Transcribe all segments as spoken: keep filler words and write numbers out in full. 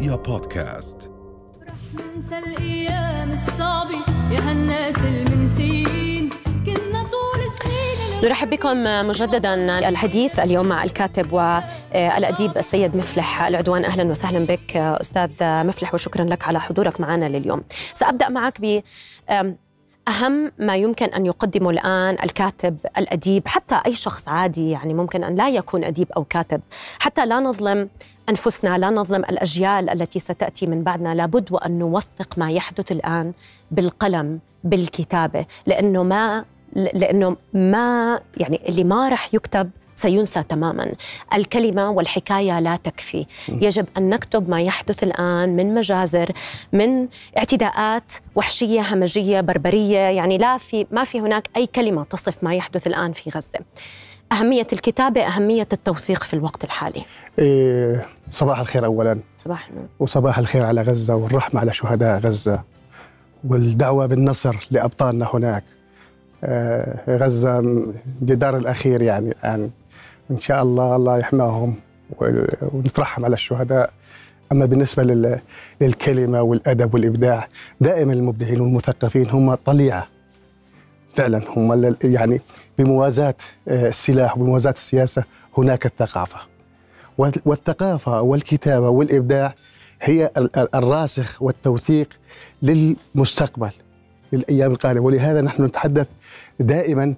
رؤيا بودكاست. رح ننسى الأيام الصعبة يا هالناس المنسين كنا طول سنين. نرحب بكم مجددا. الحديث اليوم مع الكاتب والأديب السيد مفلح العدوان. أهلا وسهلا بك أستاذ مفلح، وشكرا لك على حضورك معنا لليوم. سأبدأ معك ب أهم ما يمكن أن يقدمه الآن الكاتب الأديب، حتى أي شخص عادي، يعني ممكن أن لا يكون أديب أو كاتب، حتى لا نظلم أنفسنا، لا نظلم الأجيال التي ستأتي من بعدنا. لابد وأن نوثق ما يحدث الآن بالقلم، بالكتابة، لأنه ما لأنه ما يعني اللي ما رح يكتب سينسى تماماً. الكلمة والحكاية لا تكفي، يجب أن نكتب ما يحدث الآن من مجازر، من اعتداءات وحشية همجية بربرية، يعني لا في ما في هناك أي كلمة تصف ما يحدث الآن في غزة. أهمية الكتابة، أهمية التوثيق في الوقت الحالي. إيه، صباح الخير أولاً. صباح النور. وصباح الخير على غزة والرحمة على شهداء غزة والدعوة بالنصر لأبطالنا هناك. آه، غزة جدار الأخير يعني الآن، إن شاء الله الله يحماهم ونترحم على الشهداء. أما بالنسبة لل... للكلمة والأدب والإبداع، دائما المبدعين والمثقفين هم طليعة فعلا، هم يعني بموازاة السلاح وبموازاة السياسة هناك الثقافة، والثقافة والكتابة والإبداع هي الراسخ والتوثيق للمستقبل للأيام القادمة. ولهذا نحن نتحدث دائما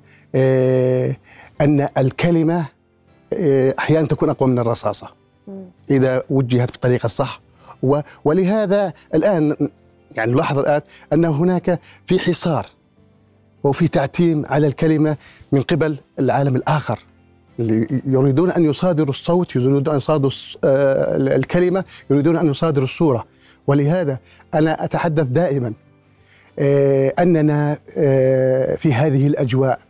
أن الكلمة أحيانا تكون أقوى من الرصاصة إذا وجهت بالطريقة الصح. ولهذا الآن يعني نلاحظ الآن أن هناك في حصار وفي تعتيم على الكلمة من قبل العالم الآخر، اللي يريدون أن يصادروا الصوت، يريدون أن يصادروا الكلمة، يريدون أن يصادروا الصورة. ولهذا أنا أتحدث دائما أننا في هذه الأجواء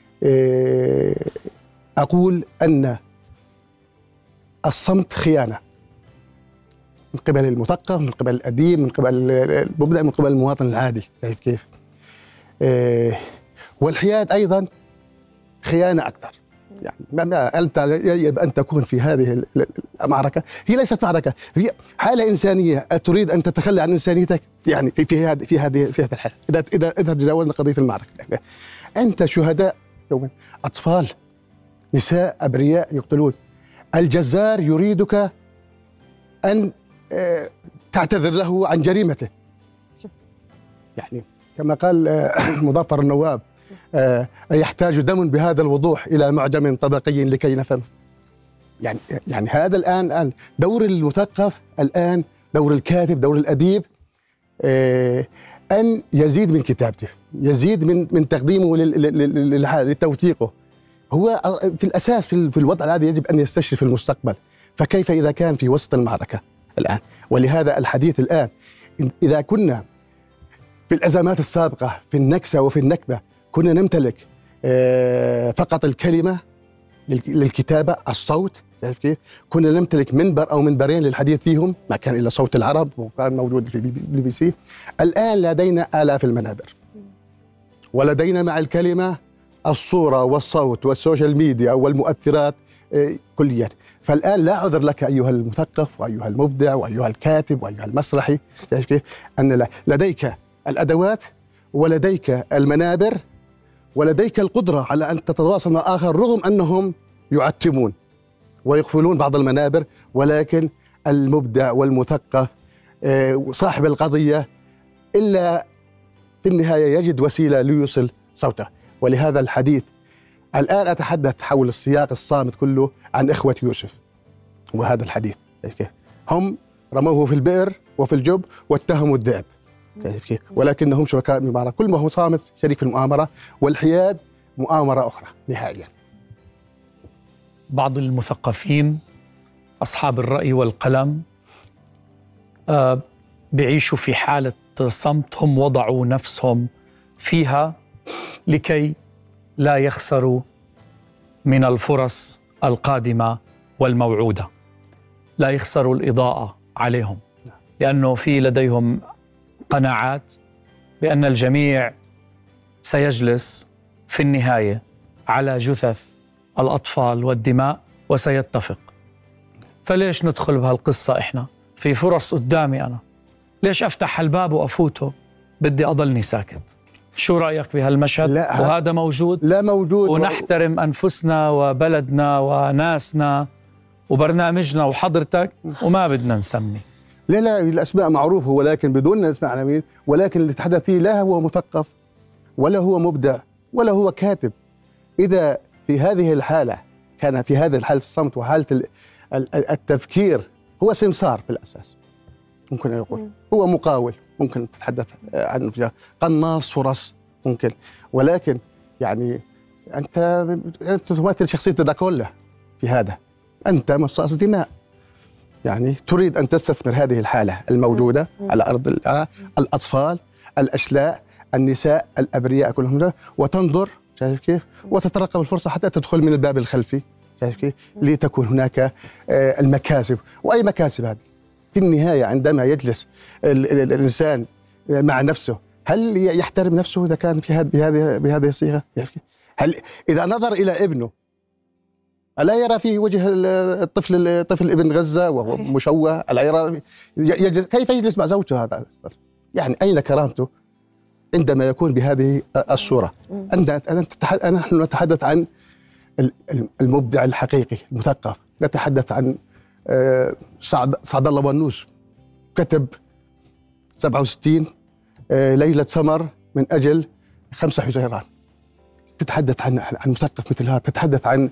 أقول أن الصمت خيانة من قبل المثقف، من قبل الأديب، من قبل المبدع، من قبل المواطن العادي. كيف كيف والحياد أيضا خيانة أكثر. يعني أنت يجب أن تكون في هذه المعركة، هي ليست معركة، هي حالة إنسانية. تريد أن تتخلى عن إنسانيتك يعني في في هذه في هذه في هذه الحالة. إذا إذا إذا تجاوزنا قضية المعركة، أنت شهداء يوما، أطفال، نساء أبرياء يقتلون. الجزار يريدك أن تعتذر له عن جريمته، يعني كما قال مظفر النواب: يحتاج دم بهذا الوضوح إلى معجم طبقي لكي نفهم. يعني يعني هذا الآن دور المثقف، الآن دور الكاتب، دور الأديب، أن يزيد من كتابته، يزيد من من تقديمه لتوثيقه. هو في الأساس في الوضع العادي يجب أن يستشرف المستقبل، فكيف إذا كان في وسط المعركة الآن؟ ولهذا الحديث الآن، إذا كنا في الأزمات السابقة في النكسة وفي النكبة كنا نمتلك فقط الكلمة للكتابة، الصوت، كيف كنا نمتلك منبر أو منبرين للحديث فيهم، ما كان إلا صوت العرب وكان موجود في البي بي سي. الآن لدينا آلاف المنابر، ولدينا مع الكلمة الصورة والصوت والسوشيال ميديا والمؤثرات كليا. فالآن لا عذر لك أيها المثقف وأيها المبدع وأيها الكاتب وأيها المسرحي، كيف أن لديك الأدوات ولديك المنابر ولديك القدرة على أن تتواصل مع آخر، رغم أنهم يعتمون ويقفلون بعض المنابر، ولكن المبدع والمثقف صاحب القضية إلا في النهاية يجد وسيلة ليوصل صوته. ولهذا الحديث الآن أتحدث حول السياق الصامت كله عن إخوة يوسف. وهذا الحديث هم رموه في البئر وفي الجب واتهموا الذئب، كيف ولكنهم شركاء بالمعركة. كل ما هو صامت شريك في المؤامرة، والحياد مؤامرة أخرى نهائيا. بعض المثقفين أصحاب الرأي والقلم آه بيعيشوا في حالة صمت هم وضعوا نفسهم فيها لكي لا يخسروا من الفرص القادمة والموعودة، لا يخسروا الإضاءة عليهم، لأنه في لديهم قناعات بأن الجميع سيجلس في النهاية على جثث الأطفال والدماء وسيتفق. فليش ندخل بهالقصة إحنا؟ في فرص قدامي أنا، ليش أفتح الباب وأفوته؟ بدي أضلني ساكت. شو رأيك بهالمشهد؟ لا وهذا موجود؟ لا موجود. ونحترم أنفسنا وبلدنا وناسنا وبرنامجنا وحضرتك وما بدنا نسمي. لا لا الأسماء معروفة، ولكن بدون نسمع عناوين. ولكن اللي تحدث فيه لا هو مثقف ولا هو مبدع ولا هو كاتب. إذا في هذه الحالة كان في هذه الحالة الصمت وحالة التفكير، هو سمسار في الأساس ممكن أن يقول، هو مقاول ممكن تتحدث عنه، قناص فرص ممكن. ولكن يعني أنت أنت تمثل شخصية دراكولا في هذا، أنت مصاص دماء، يعني تريد أن تستثمر هذه الحالة الموجودة على أرض الأطفال، الأشلاء، النساء، الأبرياء كلهم، وتنظر شايف كيف، وتترقب الفرصة حتى تدخل من الباب الخلفي، شايف كيف، لتكون هناك المكاسب. وأي مكاسب هذه؟ في النهاية عندما يجلس الإنسان مع نفسه، هل يحترم نفسه إذا كان في هذه بهذه بهذه الصيغة؟ هل إذا نظر إلى ابنه ألا يرى في وجه الطفل طفل ابن غزة وهو مشوه؟ ألا يرى كيف يجلس مع زوجته هذا؟ يعني أين كرامته عندما يكون بهذه الصورة؟ نحن نتحدث عن المبدع الحقيقي المثقف، نتحدث عن سعد سعد الله ونوس، كتب سبعة وستين ليلة سمر من أجل خمسة حزيران. تتحدث عن عن مثقف مثل هذا، تتحدث عن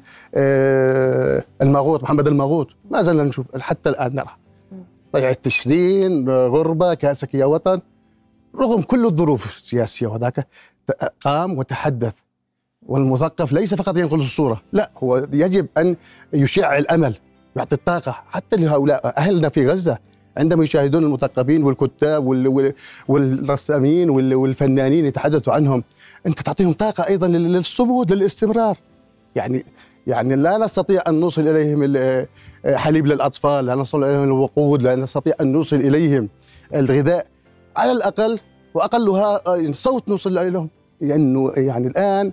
الماغوط محمد الماغوط، ما زلنا نشوف حتى الآن نرى ضياع التشرين، غربة، كاسك يا وطن، رغم كل الظروف السياسية وذاك قام وتحدث. والمثقف ليس فقط ينقل الصورة، لا، هو يجب أن يشع الأمل، يعطي الطاقة حتى لهؤلاء أهلنا في غزة عندما يشاهدون المثقفين والكتاب والرسامين والفنانين يتحدثوا عنهم. أنت تعطيهم طاقة أيضا للصمود، للاستمرار. يعني يعني لا نستطيع أن نوصل إليهم حليب للأطفال، لا نوصل إليهم الوقود، لا نستطيع أن نوصل إليهم الغذاء، على الأقل وأقلها صوت نوصل إليهم. لأنه يعني الآن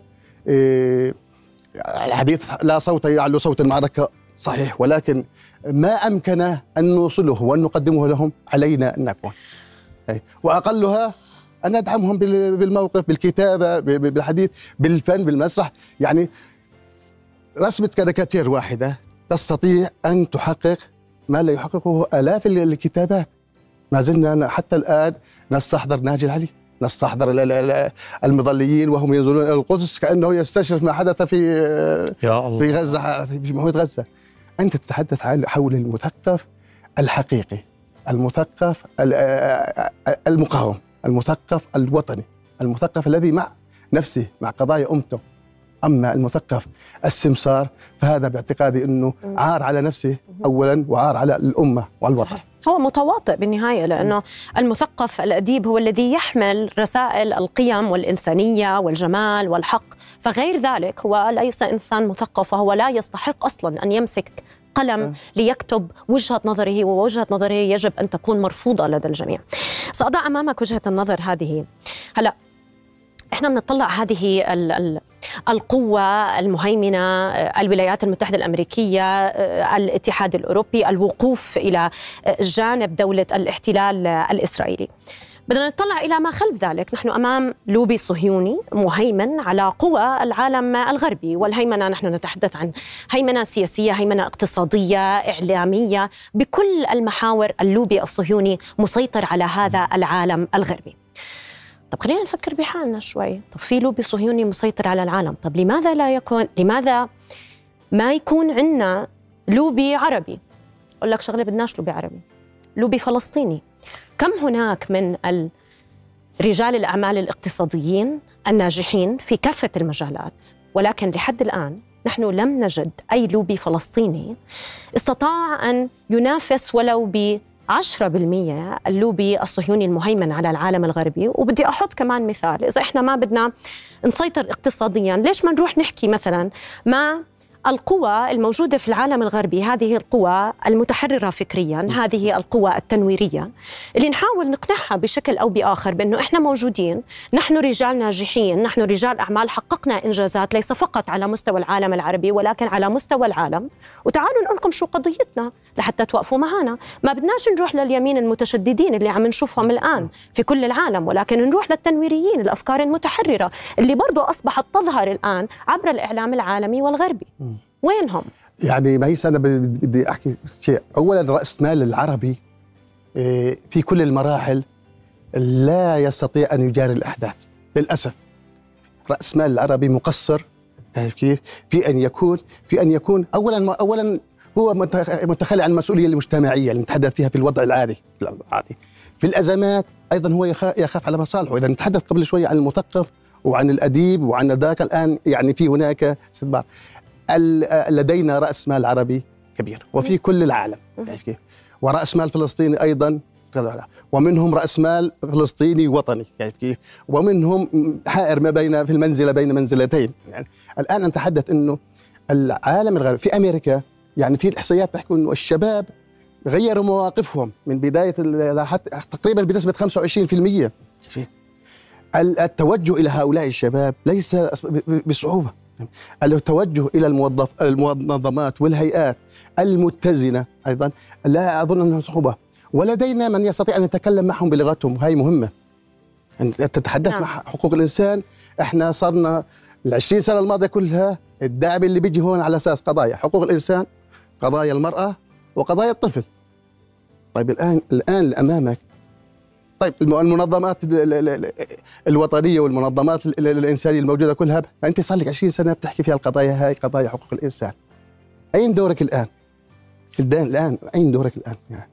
الحديث لا صوت يعلو صوت المعركة صحيح، ولكن ما أمكن أن نوصله وأن نقدمه لهم علينا أن نكون، وأقلها أن ندعمهم بالموقف، بالكتابة، بالحديث، بالفن، بالمسرح. يعني رسمة كاريكاتير واحدة تستطيع أن تحقق ما لا يحققه آلاف الكتابات. ما زلنا حتى الآن نستحضر ناجي العلي، نستحضر المظليين وهم ينزلون إلى القدس كأنه يستشرف ما حدث في يا الله في غزة، في محيط غزة. أنت تتحدث حول المثقف الحقيقي، المثقف المقاوم، المثقف الوطني، المثقف الذي مع نفسه، مع قضايا أمته. أما المثقف السمسار فهذا باعتقادي أنه عار على نفسه أولا، وعار على الأمة والوطن. هو متواطئ بالنهاية، لأنه المثقف الأديب هو الذي يحمل رسائل القيم والإنسانية والجمال والحق، فغير ذلك هو ليس إنسان مثقف، وهو لا يستحق أصلاً أن يمسك قلم ليكتب وجهة نظره، ووجهة نظره يجب أن تكون مرفوضة لدى الجميع. سأضع أمامك وجهة النظر هذه. هلأ إحنا بنطلع هذه القوة المهيمنة، الولايات المتحدة الأمريكية، الاتحاد الأوروبي، الوقوف إلى جانب دولة الاحتلال الإسرائيلي. بدنا نطلع إلى ما خلف ذلك. نحن أمام لوبي صهيوني مهيمن على قوى العالم الغربي، والهيمنة نحن نتحدث عن هيمنة سياسية، هيمنة اقتصادية، إعلامية، بكل المحاور اللوبي الصهيوني مسيطر على هذا العالم الغربي. طب خلينا نفكر بحالنا شوي. طب في لوبي صهيوني مسيطر على العالم، طب لماذا لا يكون، لماذا ما يكون عندنا لوبي عربي؟ أقول لك شغلة، بدناش لوبي عربي، لوبي فلسطيني. كم هناك من رجال الأعمال الاقتصاديين الناجحين في كافة المجالات، ولكن لحد الآن نحن لم نجد أي لوبي فلسطيني استطاع أن ينافس ولو ب عشرة بالمئة اللوبي الصهيوني المهيمن على العالم الغربي. وبدي أحط كمان مثال، إذا إحنا ما بدنا نسيطر اقتصادياً، ليش ما نروح نحكي مثلاً مع القوى الموجودة في العالم الغربي، هذه القوى المتحررة فكريا، هذه القوى التنويرية اللي نحاول نقنعها بشكل أو بآخر بأنه إحنا موجودين، نحن رجال ناجحين، نحن رجال أعمال، حققنا إنجازات ليس فقط على مستوى العالم العربي ولكن على مستوى العالم، وتعالوا نقول لكم شو قضيتنا لحتى توقفوا معنا. ما بدناش نروح لليمين المتشددين اللي عم نشوفهم الآن في كل العالم، ولكن نروح للتنويريين، الأفكار المتحررة اللي برضو أصبحت تظهر الآن عبر الإعلام العالمي والغربي. وينهم؟ يعني ميس، أنا بدي أحكي شيء. أولا رأس مال العربي في كل المراحل لا يستطيع أن يجاري الأحداث للأسف. رأس مال العربي مقصر كيف في أن يكون في أن يكون أولا أولا هو متخلي عن المسؤولية المجتمعية اللي نتحدث فيها في الوضع العادي العادي. في الأزمات أيضا هو يخاف على مصالحه. إذا نتحدث قبل شوية عن المثقف وعن الأديب وعن ذاك، الآن يعني في هناك استثمار. لدينا رأس مال عربي كبير وفي كل العالم كيف، ورأس مال فلسطيني أيضا، ومنهم رأس مال فلسطيني وطني كيف، ومنهم حائر ما بين في المنزلة بين منزلتين. يعني الآن نتحدث إنه العالم الغربي في أمريكا، يعني في الإحصائيات تحكي إنه الشباب غيروا مواقفهم من بداية تقريبا بنسبة خمسة وعشرين بالمئة. التوجه إلى هؤلاء الشباب ليس بصعوبة. التوجه إلى الموظف المنظمات والهيئات المتزنة أيضا لا أظن أنها صعوبة، ولدينا من يستطيع أن يتكلم معهم بلغتهم. هاي مهمة أن تتحدث نعم. مع حقوق الإنسان. إحنا صرنا العشرين سنة الماضية كلها الدعم اللي بيجي هون على أساس قضايا حقوق الإنسان، قضايا المرأة، وقضايا الطفل. طيب الآن الآن أمامك طيب المنظمات الوطنية والمنظمات الإنسانية الموجودة كلها، أنت صار لك عشرين سنة بتحكي فيها القضايا هاي، قضايا حقوق الإنسان. أين دورك الآن؟ الآن أين دورك الآن؟ يعني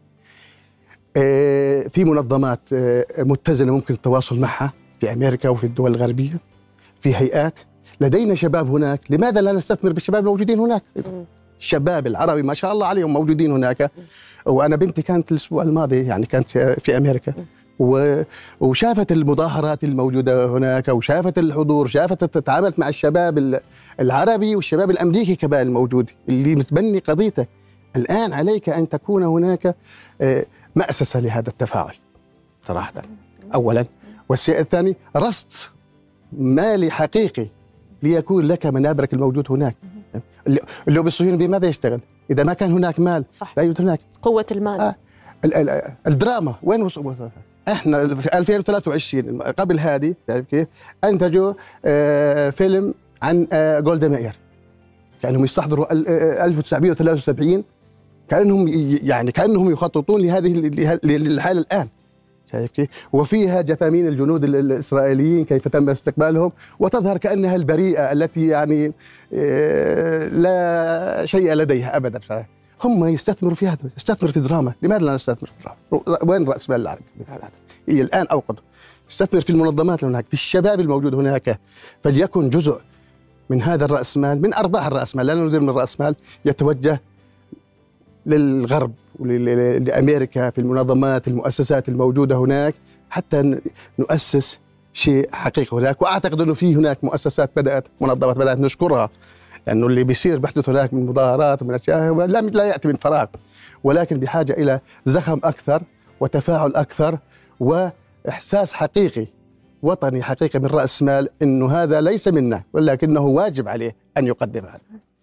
في منظمات متزنة ممكن التواصل معها في أمريكا وفي الدول الغربية، في هيئات. لدينا شباب هناك، لماذا لا نستثمر بالشباب الموجودين هناك؟ الشباب العربي ما شاء الله عليهم موجودين هناك. وأنا بنتي كانت الأسبوع الماضي يعني كانت في أمريكا وشافت المظاهرات الموجودة هناك، وشافت الحضور، شافت تتعاملت مع الشباب العربي والشباب الأمريكي كمان الموجود اللي متبني قضيته. الآن عليك أن تكون هناك مأسسة لهذا التفاعل صراحة أولا، والشيء الثاني رصد مالي حقيقي ليكون لك منابرك الموجود هناك. اللي بالصهيوني بماذا يشتغل إذا ما كان هناك مال؟ صح. لا يوجد هناك قوة المال. آه. الدراما وين وصلوا؟ احنا في ألفين وثلاثة وعشرين قبل هذه تعرف كيف انتجوا آه فيلم عن آه جولدا مائير، كانهم يستحضروا ألف وتسعمئة وثلاثة وسبعين، كانهم يعني كانهم يخططون لهذه الحاله الان، شايف كيف؟ وفيها جثامين الجنود الاسرائيليين كيف تم استقبالهم، وتظهر كانها البريئه التي يعني آه لا شيء لديها ابدا. هم يستثمروا في هذا، يستثمروا في دراما. لماذا لا نستثمر في الدراما؟ وين رأس مال العربي؟ هي الآن أوقد يستثمر في المنظمات اللي هناك، في الشباب الموجود هناك، فليكن جزء من هذا الرأس مال، من أرباح الرأس مال، لا نريد من الرأس مال يتوجه للغرب ولأمريكا في المنظمات المؤسسات الموجودة هناك حتى نؤسس شيء حقيقي هناك. وأعتقد أنه في هناك مؤسسات بدأت، منظمات بدأت نشكرها، لأنه اللي بيصير بيحدث هناك من مظاهرات ومن أشياء لا يأتي من فراغ، ولكن بحاجة إلى زخم أكثر وتفاعل أكثر وإحساس حقيقي وطني حقيقي من رأس مال إنه هذا ليس منا ولكنه واجب عليه أن يقدم هذا.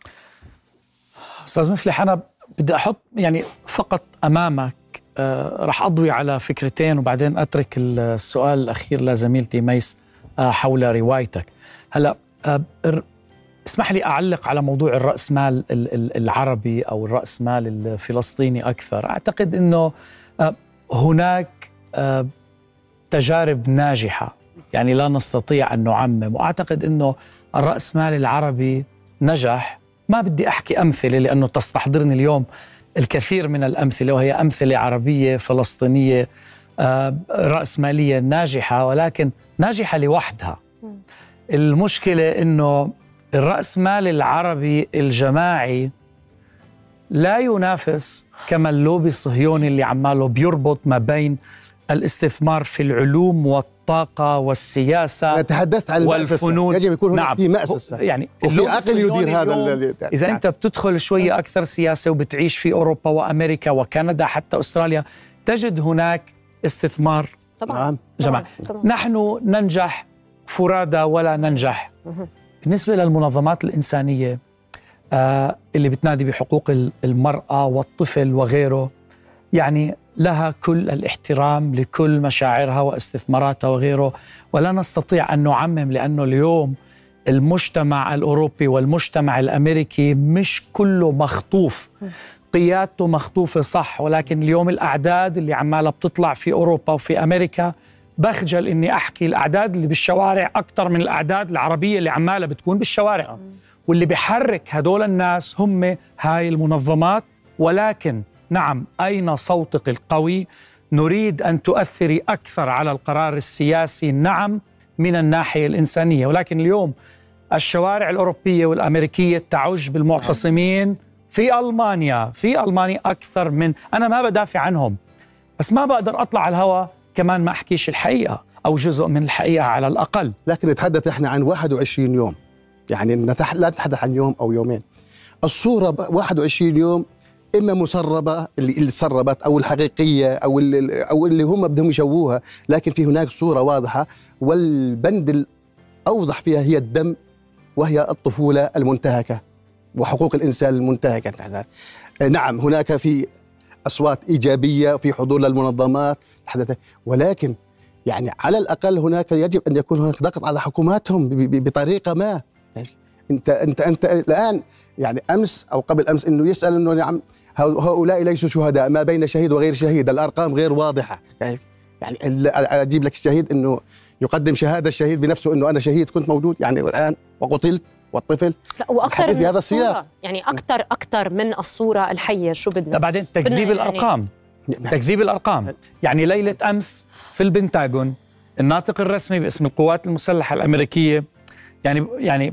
أستاذ مفلح، أنا بدي أحط يعني فقط أمامك آه رح أضوي على فكرتين وبعدين أترك السؤال الأخير لزميلتي ميس آه حول روايتك. هلأ آه اسمح لي أعلق على موضوع الرأسمال العربي أو الرأسمال الفلسطيني أكثر. أعتقد أنه هناك تجارب ناجحة، يعني لا نستطيع أن نعمم، وأعتقد أنه الرأسمال العربي نجح. ما بدي أحكي أمثلة لأنه تستحضرني اليوم الكثير من الأمثلة، وهي أمثلة عربية فلسطينية رأسمالية ناجحة، ولكن ناجحة لوحدها. المشكلة أنه الرأسمال العربي الجماعي لا ينافس كما اللوبي الصهيوني اللي عماله بيربط ما بين الاستثمار في العلوم والطاقة والسياسة. تحدثت عن والفنون. يجب يكون هناك نعم. في مؤسسة يعني وفي عقل يدير هذا. إذا نعم. أنت بتدخل شوية أكثر سياسة وبتعيش في أوروبا وأمريكا وكندا حتى أستراليا، تجد هناك استثمار. طبعا جماعة طبعاً. نحن ننجح فرادى ولا ننجح. بالنسبة للمنظمات الإنسانية آه اللي بتنادي بحقوق المرأة والطفل وغيره، يعني لها كل الاحترام لكل مشاعرها واستثماراتها وغيره، ولا نستطيع أن نعمم، لأنه اليوم المجتمع الأوروبي والمجتمع الأمريكي مش كله مخطوف، قيادته مخطوفة صح، ولكن اليوم الأعداد اللي عمالة بتطلع في أوروبا وفي أمريكا، بخجل إني أحكي الأعداد اللي بالشوارع أكتر من الأعداد العربية اللي عمالة بتكون بالشوارع، واللي بيحرك هدول الناس هم هاي المنظمات. ولكن نعم، أين صوتك القوي؟ نريد أن تؤثري أكثر على القرار السياسي، نعم، من الناحية الإنسانية. ولكن اليوم الشوارع الأوروبية والأمريكية تعج بالمعتصمين في ألمانيا في ألمانيا أكثر من، أنا ما بدافع عنهم، بس ما بقدر أطلع على الهواء كمان ما أحكيش الحقيقة أو جزء من الحقيقة على الأقل. لكن نتحدث إحنا عن واحد وعشرين يوم، يعني نتح... لا نتحدث عن يوم أو يومين. الصورة واحد وعشرين يوم، إما مسربة اللي اللي سربت، أو الحقيقية، أو اللي أو اللي هم بدهم يشووها، لكن في هناك صورة واضحة، والبند الأوضح فيها هي الدم، وهي الطفولة المنتهكة وحقوق الإنسان المنتهكة. نعم، هناك في أصوات إيجابية في حضور للمنظمات، ولكن يعني على الأقل هناك يجب أن يكون هناك ضغط على حكوماتهم بطريقة ما. أنت أنت أنت الآن يعني أمس أو قبل أمس إنه يسأل إنه نعم هؤلاء ليسوا شهداء، ما بين شهيد وغير شهيد، الأرقام غير واضحة. يعني يعني أجيب لك الشهيد إنه يقدم شهادة الشهيد بنفسه إنه أنا شهيد كنت موجود يعني الآن وقتلت، والطفل لا واكثر من هذا الصورة، يعني اكثر اكثر من الصورة الحية. شو بدنا بعدين تكذيب الارقام، يعني تكذيب الارقام. يعني ليلة امس في البنتاغون الناطق الرسمي باسم القوات المسلحة الامريكية يعني يعني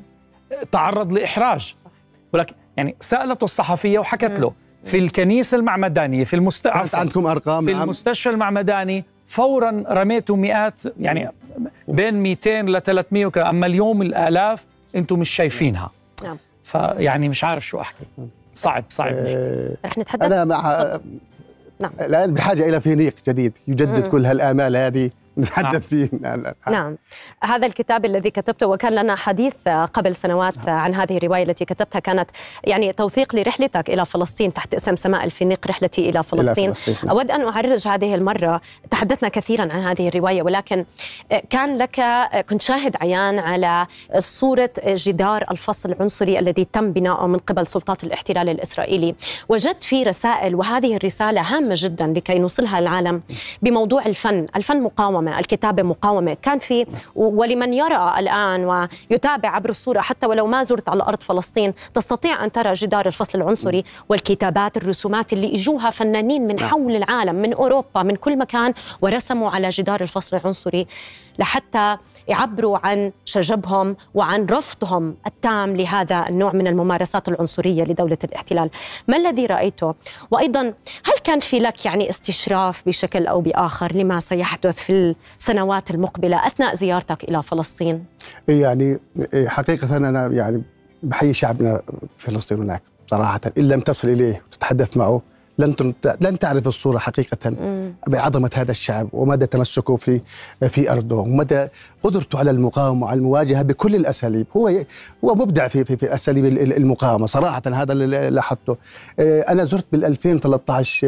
تعرض لاحراج، ولكن يعني سالته الصحفية وحكت له في الكنيسة المعمدانية في المستشفى عندكم ارقام في المستشفى المعمداني فورا رميتوا مئات، يعني بين مئتين ل ثلاثمئة، اما اليوم الالاف انتم مش شايفينها. نعم. فيعني مش عارف شو احكي، صعب صعب. أه رح نتحدث. انا مع نعم. الان بحاجه الى فريق جديد يجدد مم. كل هالامال هذه نتحدث فيه. نعم. نعم، هذا الكتاب الذي كتبته، وكان لنا حديث قبل سنوات عن هذه الرواية التي كتبتها، كانت يعني توثيق لرحلتك إلى فلسطين تحت اسم سماء الفينيق، رحلتي إلى فلسطين. إلى فلسطين. أود أن أعرج هذه المرة، تحدثنا كثيرا عن هذه الرواية، ولكن كان لك كنت شاهد عيان على صورة جدار الفصل العنصري الذي تم بناؤه من قبل سلطات الاحتلال الإسرائيلي. وجدت فيه رسائل، وهذه الرسالة هامة جدا لكي نوصلها للعالم، بموضوع الفن. الفن مقاومة، الكتابة مقاومة. كان في، ولمن يرى الآن ويتابع عبر الصورة، حتى ولو ما زرت على أرض فلسطين، تستطيع أن ترى جدار الفصل العنصري والكتابات، الرسومات اللي إجوها فنانين من حول العالم، من أوروبا، من كل مكان، ورسموا على جدار الفصل العنصري لحتى يعبروا عن شجبهم وعن رفضهم التام لهذا النوع من الممارسات العنصرية لدولة الاحتلال. ما الذي رأيته؟ وأيضا هل كان في لك يعني استشراف بشكل أو بآخر لما سيحدث في السنوات المقبلة أثناء زيارتك إلى فلسطين؟ يعني حقيقة أنا يعني بحيي شعبنا في فلسطين هناك صراحة، إن لم تصل إليه وتتحدث معه لن لن تعرف الصورة حقيقة مم. بعظمة هذا الشعب ومدى تمسكه في في أرضه ومدى قدرته على المقاومة وعلى المواجهة بكل الأساليب. هو هو مبدع في في, في أساليب المقاومة صراحة، هذا اللي لاحظته. أنا زرت بال ألفين وثلاثة عشر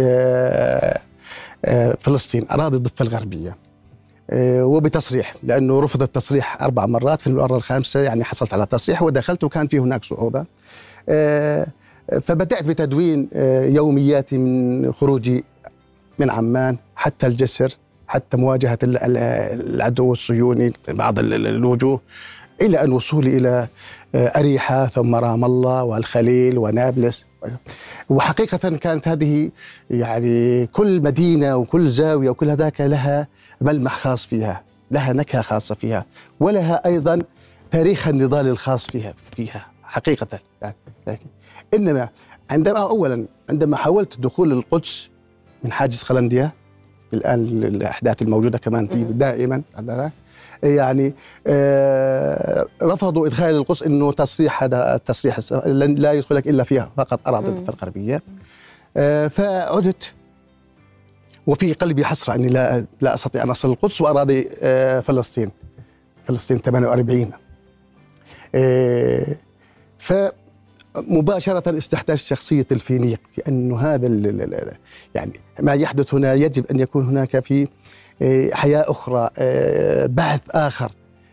فلسطين، أراضي الضفة الغربية، وبتصريح، لأنه رفض التصريح أربع مرات، في المرة الخامسة يعني حصلت على تصريح ودخلت، وكان في هناك صعوبة. فبدأت بتدوين يومياتي من خروجي من عمان حتى الجسر، حتى مواجهة العدو الصهيوني بعض الوجوه، إلى أن وصولي إلى أريحة ثم رام الله والخليل ونابلس. وحقيقة كانت هذه يعني كل مدينة وكل زاوية وكل هذاك لها ملمح خاص فيها، لها نكهة خاصة فيها، ولها أيضا تاريخ النضال الخاص فيها فيها حقيقة. لكن إنما عندما أولا عندما حاولت دخول القدس من حاجز قلنديا، الآن الأحداث الموجودة كمان في دائما يعني آه رفضوا إدخال القدس إنه تصريح هذا التصريح لا يدخلك إلا فيها فقط أراضي الضفة الغربية. آه فعدت وفي قلبي حسرة أني لا لا أستطيع أن أصل القدس وأراضي آه فلسطين فلسطين ثمانية وأربعين. آه فمباشرة استحدث شخصية الفينيق لأنه هذا يعني ما يحدث هنا يجب أن يكون هناك في حياة أخرى، بحث آخر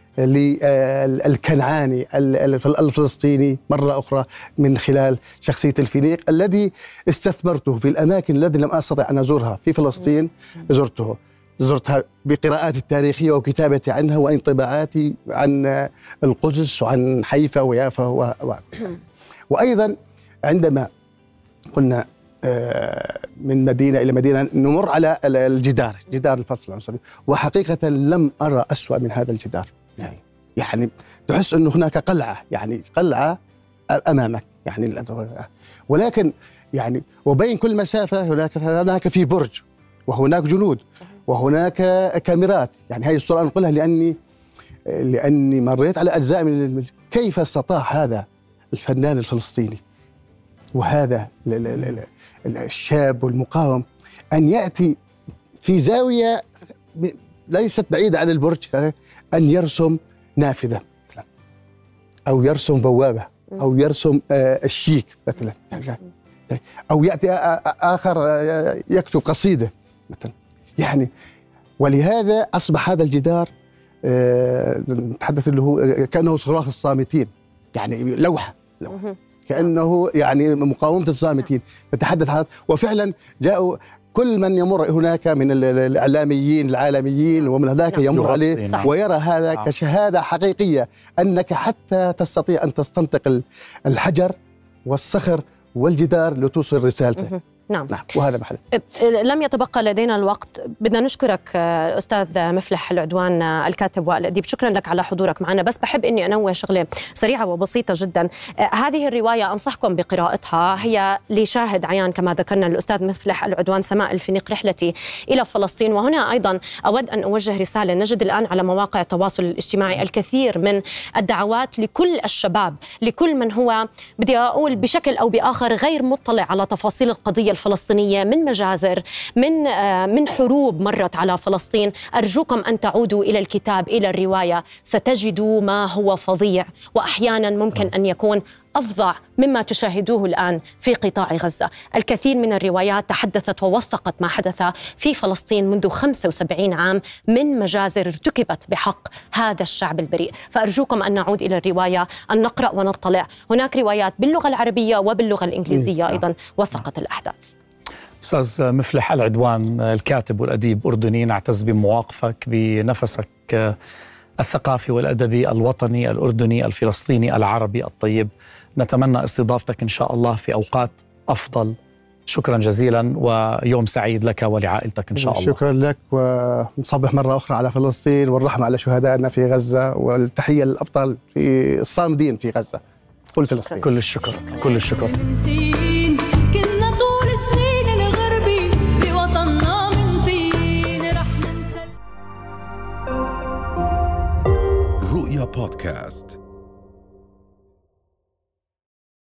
للكنعاني الفلسطيني مرة أخرى من خلال شخصية الفينيق الذي استثمرته في الأماكن التي لم أستطع أن أزورها في فلسطين. زرته زرتها بقراءاتي التاريخية وكتابتي عنها وانطباعاتي عن القدس وعن حيفا ويافا و... و... وأيضا عندما قلنا من مدينة إلى مدينة نمر على الجدار، جدار الفصل العنصري، وحقيقة لم أرى أسوأ من هذا الجدار. يعني يعني تحس أنه هناك قلعة، يعني قلعة أمامك يعني، ولكن يعني وبين كل مسافة هناك هناك في برج وهناك جنود وهناك كاميرات. يعني هذه الصورة أنقلها لأني لأني مريت على أجزاء من كيف استطاع هذا الفنان الفلسطيني وهذا الشاب والمقاوم أن يأتي في زاوية ليست بعيدة عن البرج أن يرسم نافذة أو يرسم بوابة أو يرسم الشيك مثلا، أو يأتي آخر يكتب قصيدة مثلا. يعني ولهذا أصبح هذا الجدار نتحدث اللي هو كأنه صراخ الصامتين، يعني لوحة, لوحة. كأنه يعني مقاومة الصامتين نتحدث هذا. وفعلا جاءوا كل من يمر هناك من الإعلاميين العالميين ومن هناك يمر عليه ويرى هذا كشهادة حقيقية أنك حتى تستطيع أن تستنطق الحجر والصخر والجدار لتوصل رسالته. نعم. نعم وهذا محل. لم يتبقى لدينا الوقت، بدنا نشكرك أستاذ مفلح العدوان الكاتب والأديب، شكرا لك على حضورك معنا. بس بحب أني أنوه شغلة سريعة وبسيطة جدا. هذه الرواية أنصحكم بقراءتها، هي لشاهد عيان كما ذكرنا الأستاذ مفلح العدوان، سماء الفينيق رحلتي إلى فلسطين. وهنا أيضا أود أن أوجه رسالة. نجد الآن على مواقع التواصل الاجتماعي الكثير من الدعوات لكل الشباب، لكل من هو بدي أقول بشكل أو بآخر غير مطلع على تفاصيل القضية الفلسطينية، من مجازر، من من حروب مرت على فلسطين. أرجوكم أن تعودوا إلى الكتاب، إلى الرواية، ستجدوا ما هو فظيع وأحيانا ممكن أن يكون أفظع مما تشاهدوه الآن في قطاع غزة. الكثير من الروايات تحدثت ووثقت ما حدث في فلسطين منذ خمسة وسبعين عام من مجازر ارتكبت بحق هذا الشعب البريء. فأرجوكم أن نعود إلى الرواية، أن نقرأ ونطلع. هناك روايات باللغة العربية وباللغة الإنجليزية أيضا وثقت الأحداث. أستاذ مفلح العدوان الكاتب والأديب أردني، نعتز بمواقفك، بنفسك الثقافي والأدبي الوطني الأردني الفلسطيني العربي الطيب. نتمنى استضافتك إن شاء الله في أوقات أفضل. شكرا جزيلا ويوم سعيد لك ولعائلتك إن شاء الله. شكرا لك، ونصبح مرة أخرى على فلسطين والرحمة على شهدائنا في غزة، والتحية للأبطال في الصامدين في غزة. كل فلسطين. كل الشكر، كل الشكر. رؤيا بودكاست.